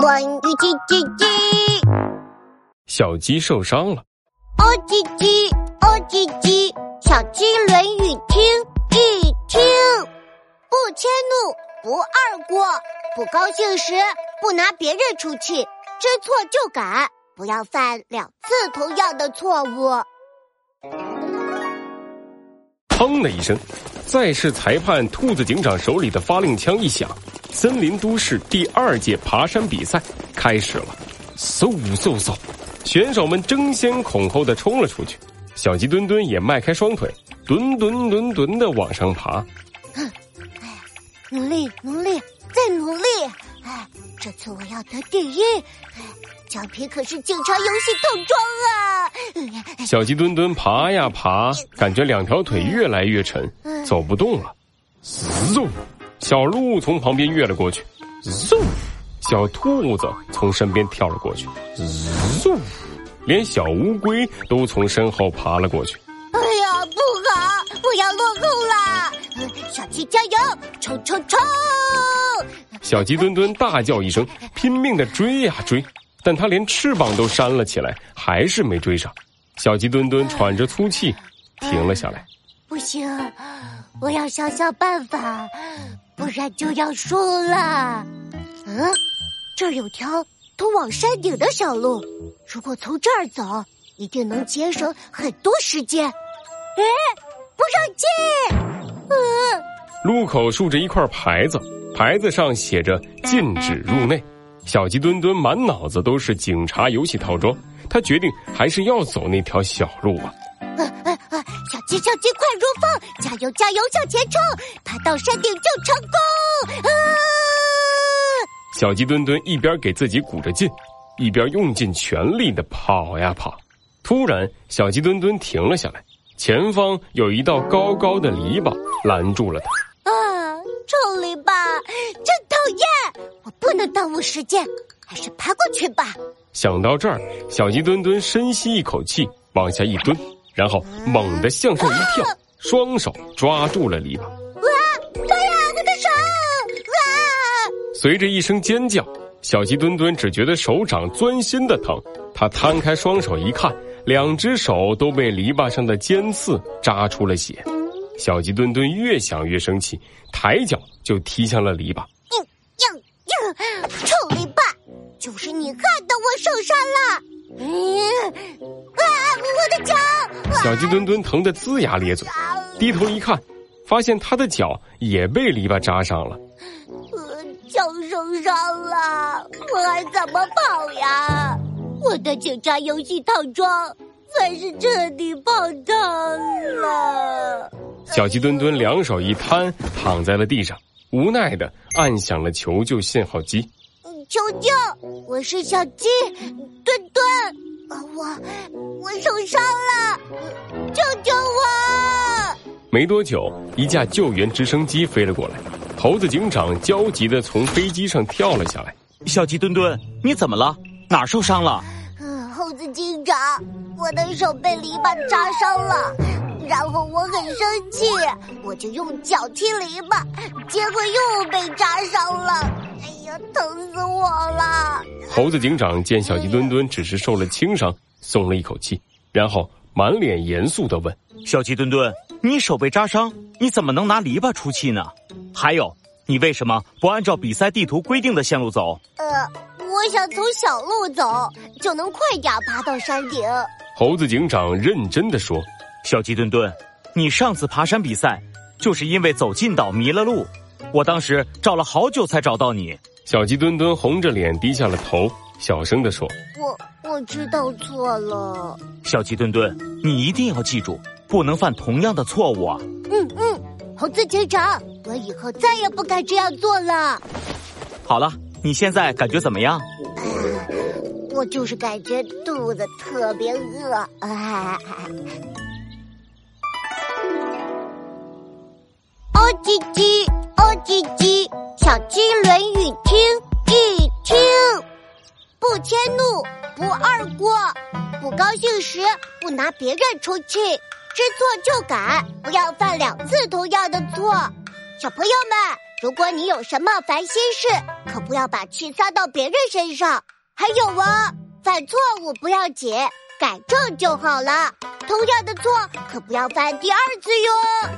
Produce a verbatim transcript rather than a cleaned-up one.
关于鸡鸡鸡。 小鸡受伤了。 哦唧唧，哦唧唧，小鸡论语听一听。不迁怒，不贰过，不高兴时不拿别人出气，知错就改，不要犯两次同样的错误。 砰的一声，再是裁判兔子警长手里的发令枪一响，森林都市第二届爬山比赛开始了。嗖嗖嗖，选手们争先恐后的冲了出去，小鸡墩墩也迈开双腿，墩墩墩墩的往上爬。 哎，努力努力再努力，哎，这次我要得第一，哎，奖品可是警察游戏套装啊！ 小鸡墩墩爬呀爬，感觉两条腿越来越沉，走不动了。嗖，小鹿从旁边跃了过去。嗖，小兔子从身边跳了过去。嗖，连小乌龟都从身后爬了过去。 哎呀，不好，我要落后啦！小鸡加油，冲冲冲！ 小鸡墩墩大叫一声，拼命地追呀追，但他连翅膀都扇了起来，还是没追上。小鸡墩墩喘着粗气停了下来。 不行，我要想想办法，不然就要输了。嗯，这儿有条通往山顶的小路，如果从这儿走，一定能节省很多时间。哎，不让进！嗯， 路口竖着一块牌子，牌子上写着禁止入内。小鸡墩墩满脑子都是警察游戏套装，他决定还是要走那条小路啊。 啊啊啊！小鸡小鸡快如风，加油加油向前冲，爬到山顶就成功！啊！ 小鸡墩墩一边给自己鼓着劲，一边用尽全力地跑呀跑。突然，小鸡墩墩停了下来，前方有一道高高的篱笆拦住了他。 啊，臭篱笆，真讨厌！我不能耽误时间，还是爬过去吧。 想到这儿，小鸡墩墩深吸一口气，往下一蹲，然后猛地向上一跳，啊、双手抓住了篱笆。 哇！哎呀，我的手！啊！ 随着一声尖叫，小鸡墩墩只觉得手掌钻心的疼。他摊开双手一看，两只手都被篱笆上的尖刺扎出了血。小鸡墩墩越想越生气，抬脚就踢向了篱笆。 嗯嗯嗯，臭篱笆，就是你害得我受伤了。嗯，啊，我的脚！ 小鸡墩墩疼得龇牙咧嘴，低头一看，发现他的脚也被篱笆扎伤了。 呃，脚受伤了，我还怎么跑呀？我的警察游戏套装算是彻底泡汤了。 小鸡墩墩两手一摊，躺在了地上，无奈地按响了求救信号机。 求救！我是小鸡墩墩，我我受伤了，救救我！ 没多久，一架救援直升机飞了过来，猴子警长焦急地从飞机上跳了下来。 小鸡墩墩，你怎么了？哪儿受伤了？ 嗯，猴子警长，我的手被篱笆扎伤了。然后我很生气，我就用脚踢篱笆，结果又被扎伤了。哎呀，疼死我了！ 猴子警长见小鸡墩墩只是受了轻伤，松了一口气，然后满脸严肃地问： 小鸡墩墩，你手被扎伤，你怎么能拿篱笆出气呢？还有，你为什么不按照比赛地图规定的线路走？ 呃，我想从小路走，就能快点爬到山顶。 猴子警长认真地说： 小鸡墩墩，你上次爬山比赛就是因为走近道迷了路，我当时找了好久才找到你。 小鸡墩墩红着脸低下了头，小声地说： 我我知道错了。 小鸡墩墩，你一定要记住，不能犯同样的错误啊。 嗯嗯，猴子警长，我以后再也不敢这样做了。 好了，你现在感觉怎么样？ 我就是感觉肚子特别饿。啊哦唧唧，哦唧唧，小鸡论语听一听。不迁怒，不贰过，不高兴时不拿别人出气，知错就改，不要犯两次同样的错。小朋友们， 如果你有什么烦心事，可不要把气撒到别人身上。还有啊，犯错误不要紧，改正就好了。同样的错可不要犯第二次哟。